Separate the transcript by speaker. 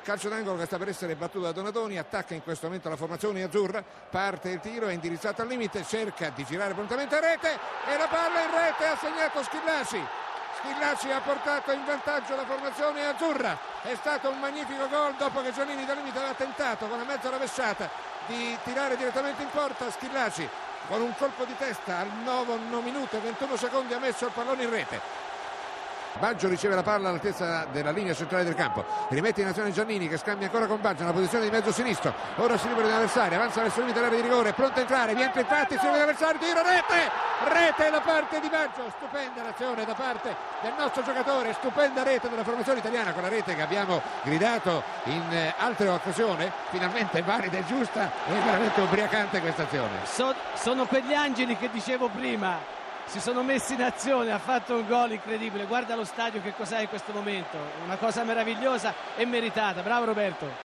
Speaker 1: calcio d'angolo che sta per essere battuto da Donatoni, attacca in questo momento la formazione azzurra, parte il tiro, è indirizzato al limite, cerca di girare prontamente a rete e la palla in rete, ha segnato Schillaci. Schillaci ha portato in vantaggio la formazione azzurra, è stato un magnifico gol dopo che Giannini dal limite aveva tentato con la mezza rovesciata di tirare direttamente in porta. Schillaci con un colpo di testa al 9 minuto e 21 secondi ha messo il pallone in rete. Baggio riceve la palla all'altezza della linea centrale del campo, rimette in azione Giannini che scambia ancora con Baggio, una posizione di mezzo sinistro, ora si libera l'avversario, avanza verso il limite dell'area di rigore, pronto a entrare, viene infatti, si libera l'avversario, tiro, rete da parte di Baggio, stupenda l'azione da parte del nostro giocatore, stupenda rete della formazione italiana, con la rete che abbiamo gridato in altre occasioni, finalmente valida e giusta, è veramente ubriacante questa azione.
Speaker 2: Sono quegli angeli che dicevo prima, si sono messi in azione, ha fatto un gol incredibile, guarda lo stadio che cos'è in questo momento, una cosa meravigliosa e meritata, bravo Roberto.